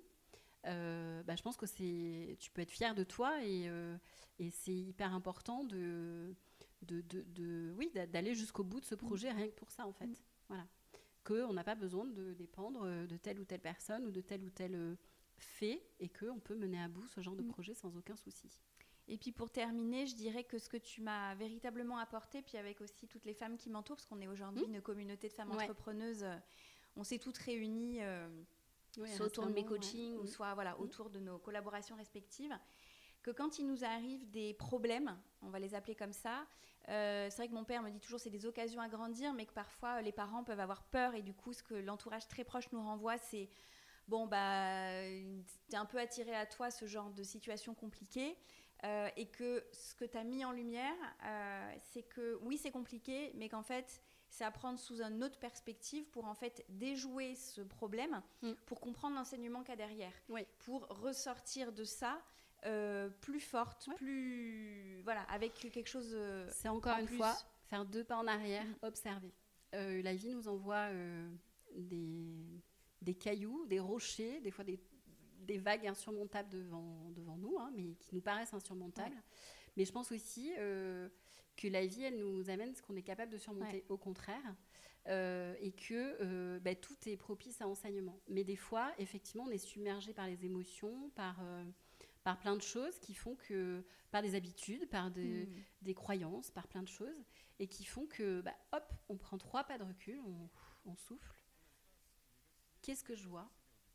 euh, bah, je pense que c'est, tu peux être fière de toi et, euh, et c'est hyper important de, de, de, de, oui, d'aller jusqu'au bout de ce projet, rien que pour ça en fait. Mmh. Voilà. Qu'on n'a pas besoin de dépendre de telle ou telle personne ou de tel ou tel fait et qu'on peut mener à bout ce genre de projet sans aucun souci. Et puis pour terminer, je dirais que ce que tu m'as véritablement apporté, puis avec aussi toutes les femmes qui m'entourent, parce qu'on est aujourd'hui mmh. une communauté de femmes ouais. entrepreneuses, on s'est toutes réunies, euh, oui, soit autour de mes coachings, ouais. ou soit voilà, mmh. autour de nos collaborations respectives, que quand il nous arrive des problèmes, on va les appeler comme ça, euh, c'est vrai que mon père me dit toujours c'est des occasions à grandir, mais que parfois les parents peuvent avoir peur, et du coup ce que l'entourage très proche nous renvoie, c'est bon, bah, t'es un peu attiré à toi ce genre de situation compliquée. Euh, et que ce que tu as mis en lumière, euh, c'est que oui, c'est compliqué, mais qu'en fait, c'est à prendre sous une autre perspective pour en fait déjouer ce problème, mm. pour comprendre l'enseignement qu'il y a derrière, oui. pour ressortir de ça euh, plus forte, ouais. plus voilà, avec quelque chose. Euh, c'est encore en une plus. fois faire deux pas en arrière, mm. observer. Euh, la vie nous envoie euh, des, des cailloux, des rochers, des fois des des vagues insurmontables devant, devant nous, hein, mais qui nous paraissent insurmontables. Ouais. Mais je pense aussi euh, que la vie, elle nous amène ce qu'on est capable de surmonter, ouais. au contraire, euh, et que euh, bah, tout est propice à enseignement. Mais des fois, effectivement, on est submergé par les émotions, par, euh, par plein de choses qui font que, par des habitudes, par des, mmh. des croyances, par plein de choses, et qui font que, bah, hop, on prend trois pas de recul, on, on souffle. Qu'est-ce que je vois ?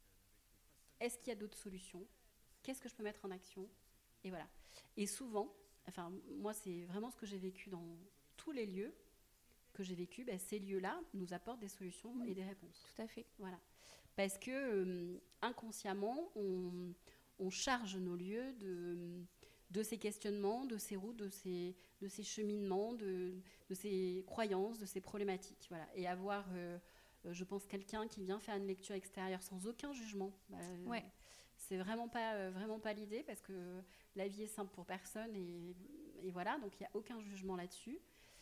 Est-ce qu'il y a d'autres solutions ? Qu'est-ce que je peux mettre en action ? Et voilà. Et souvent, enfin, moi, c'est vraiment ce que j'ai vécu dans tous les lieux que j'ai vécu, bah, ces lieux-là nous apportent des solutions mmh. et des réponses. Tout à fait. Voilà. Parce que euh, inconsciemment, on, on charge nos lieux de, de ces questionnements, de ces routes, de ces, de ces cheminements, de, de ces croyances, de ces problématiques. Voilà. Et avoir, euh, je pense, quelqu'un qui vient faire une lecture extérieure sans aucun jugement, bah, ouais. c'est vraiment pas, euh, vraiment pas l'idée, parce que la vie est simple pour personne, et, et voilà, donc il n'y a aucun jugement là-dessus.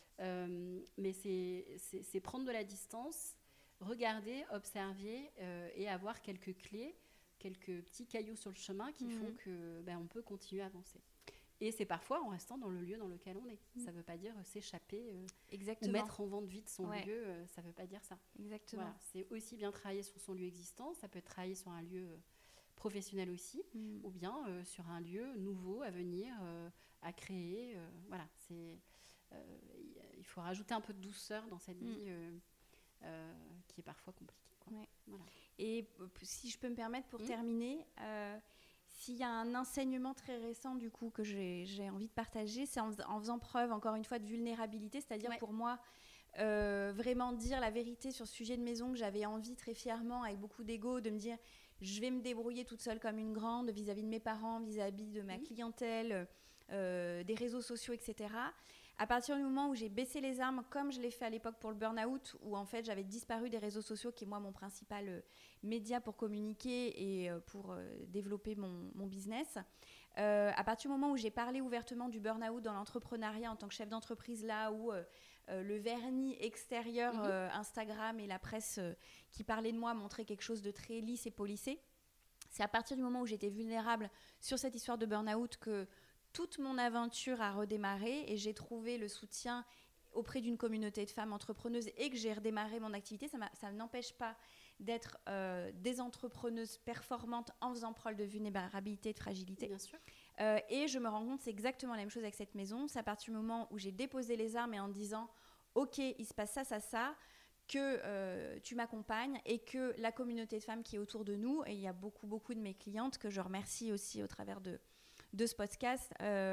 Euh, mais c'est, c'est, c'est prendre de la distance, regarder, observer euh, et avoir quelques clés, quelques petits cailloux sur le chemin qui mmh. font que ben, on peut continuer à avancer. Et c'est parfois en restant dans le lieu dans lequel on est. Mmh. Ça ne veut pas dire s'échapper euh, ou mettre en vente vite son ouais. lieu, euh, ça ne veut pas dire ça. Exactement. Voilà, c'est aussi bien travailler sur son lieu existant, ça peut être travailler sur un lieu euh, professionnel aussi, mmh. ou bien euh, sur un lieu nouveau à venir, euh, à créer. Euh, voilà, c'est... Euh, il faut rajouter un peu de douceur dans cette vie euh, euh, qui est parfois compliquée, quoi. Ouais. Voilà. Et si je peux me permettre pour mmh. terminer, euh, s'il y a un enseignement très récent du coup que j'ai, j'ai envie de partager, c'est en, en faisant preuve encore une fois de vulnérabilité, c'est-à-dire ouais. pour moi euh, vraiment dire la vérité sur ce sujet de maison que j'avais envie très fièrement avec beaucoup d'ego de me dire je vais me débrouiller toute seule comme une grande vis-à-vis de mes parents, vis-à-vis de ma mmh. clientèle, euh, des réseaux sociaux, et cetera. À partir du moment où j'ai baissé les armes, comme je l'ai fait à l'époque pour le burn-out, où en fait j'avais disparu des réseaux sociaux, qui est moi mon principal euh, média pour communiquer et euh, pour euh, développer mon, mon business, euh, à partir du moment où j'ai parlé ouvertement du burn-out dans l'entrepreneuriat en tant que chef d'entreprise, là où euh, euh, le vernis extérieur mmh. euh, Instagram et la presse euh, qui parlait de moi montraient quelque chose de très lisse et polissé, c'est à partir du moment où j'étais vulnérable sur cette histoire de burn-out que toute mon aventure a redémarré et j'ai trouvé le soutien auprès d'une communauté de femmes entrepreneuses et que j'ai redémarré mon activité. Ça, ça n'empêche pas d'être euh, des entrepreneuses performantes en faisant preuve de vulnérabilité et de fragilité. Bien sûr. Euh, et je me rends compte que c'est exactement la même chose avec cette maison. C'est à partir du moment où j'ai déposé les armes et en disant « Ok, il se passe ça, ça, ça », que euh, tu m'accompagnes et que la communauté de femmes qui est autour de nous, et il y a beaucoup, beaucoup de mes clientes que je remercie aussi au travers de... de ce podcast,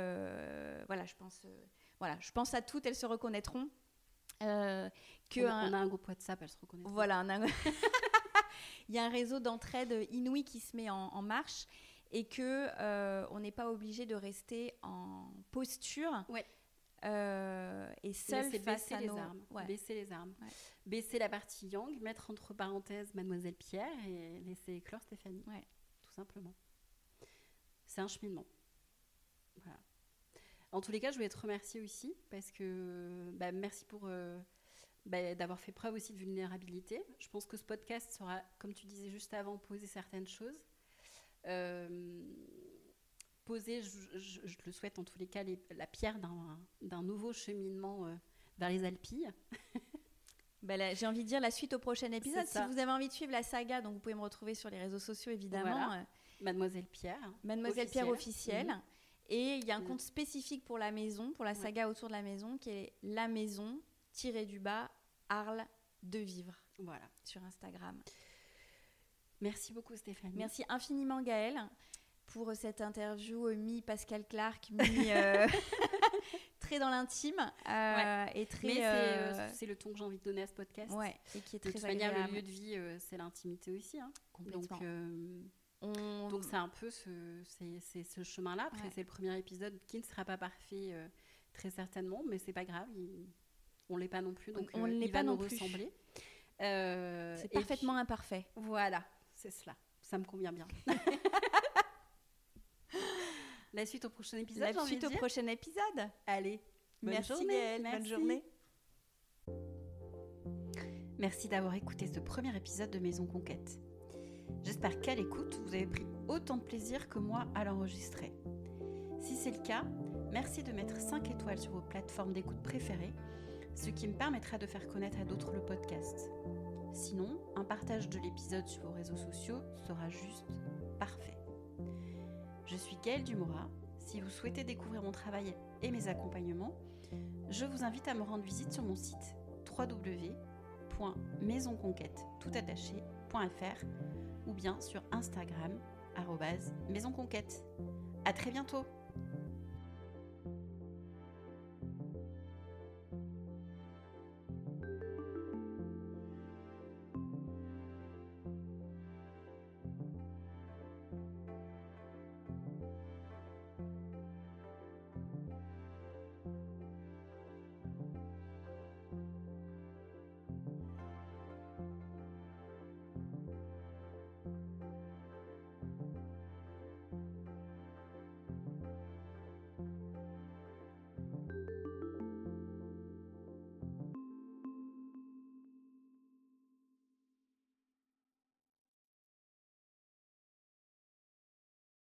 euh, voilà, je pense, euh, voilà, je pense à toutes, elles se reconnaîtront. Euh, que on, a, un, on a un groupe WhatsApp, elles se reconnaîtront. Voilà, on a un... il y a un réseau d'entraide inouï qui se met en, en marche et que euh, on n'est pas obligé de rester en posture. Ouais. Euh, et seul face baisser à les nos... armes, ouais. baisser les armes, ouais. baisser la partie yang, mettre entre parenthèses Mademoiselle Pierre et laisser éclore Stéphanie, ouais. tout simplement. C'est un cheminement. Voilà. En tous les cas, je voulais te remercier aussi parce que bah, merci pour euh, bah, d'avoir fait preuve aussi de vulnérabilité. Je pense que ce podcast sera, comme tu disais juste avant, poser certaines choses. Euh, poser, je, je, je le souhaite en tous les cas, les, la pierre d'un, d'un nouveau cheminement euh, vers les Alpilles. Bah là, j'ai envie de dire la suite au prochain épisode. Si vous avez envie de suivre la saga, donc vous pouvez me retrouver sur les réseaux sociaux évidemment. Voilà. Mademoiselle Pierre. Mademoiselle officielle. Pierre officielle. Mmh. Et il y a un mmh. compte spécifique pour la maison, pour la saga ouais. autour de la maison, qui est la maison tiré du bas Arles de Vivre. Voilà. Sur Instagram. Merci beaucoup Stéphanie. Merci infiniment Gaëlle pour cette interview euh, mi-Pascal Clark, mi euh, très dans l'intime euh, ouais. et très. Mais euh... c'est, euh, c'est le ton que j'ai envie de donner à ce podcast. Ouais. Et qui est très de toute agréable. manière, le lieu de vie, euh, c'est l'intimité aussi. Hein. Complètement. Donc, euh, on... Donc c'est un peu ce, c'est, c'est ce chemin-là. Après, ouais. c'est le premier épisode qui ne sera pas parfait, euh, très certainement, mais c'est pas grave. Il... On l'est pas non plus, donc on euh, l'est il pas va non nous plus. ressembler. Euh, c'est parfaitement puis... imparfait. Voilà, c'est cela. Ça me convient bien. La suite au prochain épisode. La j'ai envie suite de au dire. prochain épisode. Allez. Bonne Merci journée. Gaëlle. Merci. Bonne journée. Merci d'avoir écouté ce premier épisode de Maison Conquête. J'espère qu'à l'écoute, vous avez pris autant de plaisir que moi à l'enregistrer. Si c'est le cas, merci de mettre cinq étoiles sur vos plateformes d'écoute préférées, ce qui me permettra de faire connaître à d'autres le podcast. Sinon, un partage de l'épisode sur vos réseaux sociaux sera juste parfait. Je suis Gaëlle Dumora. Si vous souhaitez découvrir mon travail et mes accompagnements, je vous invite à me rendre visite sur mon site w w w point maison conquête tout attaché point f r ou bien sur Instagram arobase maison conquête. À très bientôt.